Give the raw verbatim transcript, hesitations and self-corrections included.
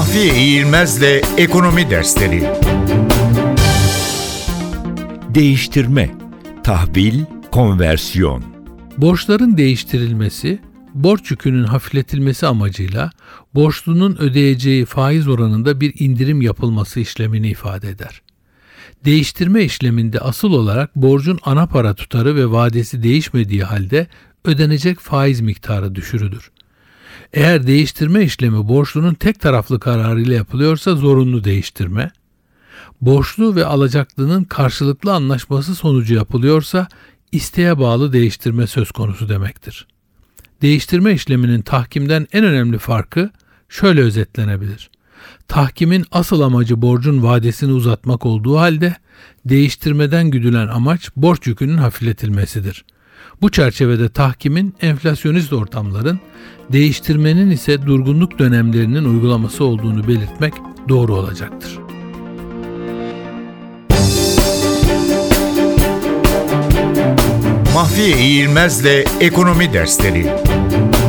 Mahfiye İğilmez'le Ekonomi Dersleri. Değiştirme, tahvil, konversiyon. Borçların değiştirilmesi, borç yükünün hafifletilmesi amacıyla borçlunun ödeyeceği faiz oranında bir indirim yapılması işlemini ifade eder. Değiştirme işleminde asıl olarak borcun ana para tutarı ve vadesi değişmediği halde ödenecek faiz miktarı düşürülür. Eğer değiştirme işlemi borçlunun tek taraflı kararıyla yapılıyorsa zorunlu değiştirme, borçlu ve alacaklının karşılıklı anlaşması sonucu yapılıyorsa isteğe bağlı değiştirme söz konusu demektir. Değiştirme işleminin tahkimden en önemli farkı şöyle özetlenebilir. Tahkimin asıl amacı borcun vadesini uzatmak olduğu halde değiştirmeden güdülen amaç borç yükünün hafifletilmesidir. Bu çerçevede tahkimin enflasyonist ortamların, değiştirmenin ise durgunluk dönemlerinin uygulaması olduğunu belirtmek doğru olacaktır. Mahfiye İğilmez'le Ekonomi Dersleri.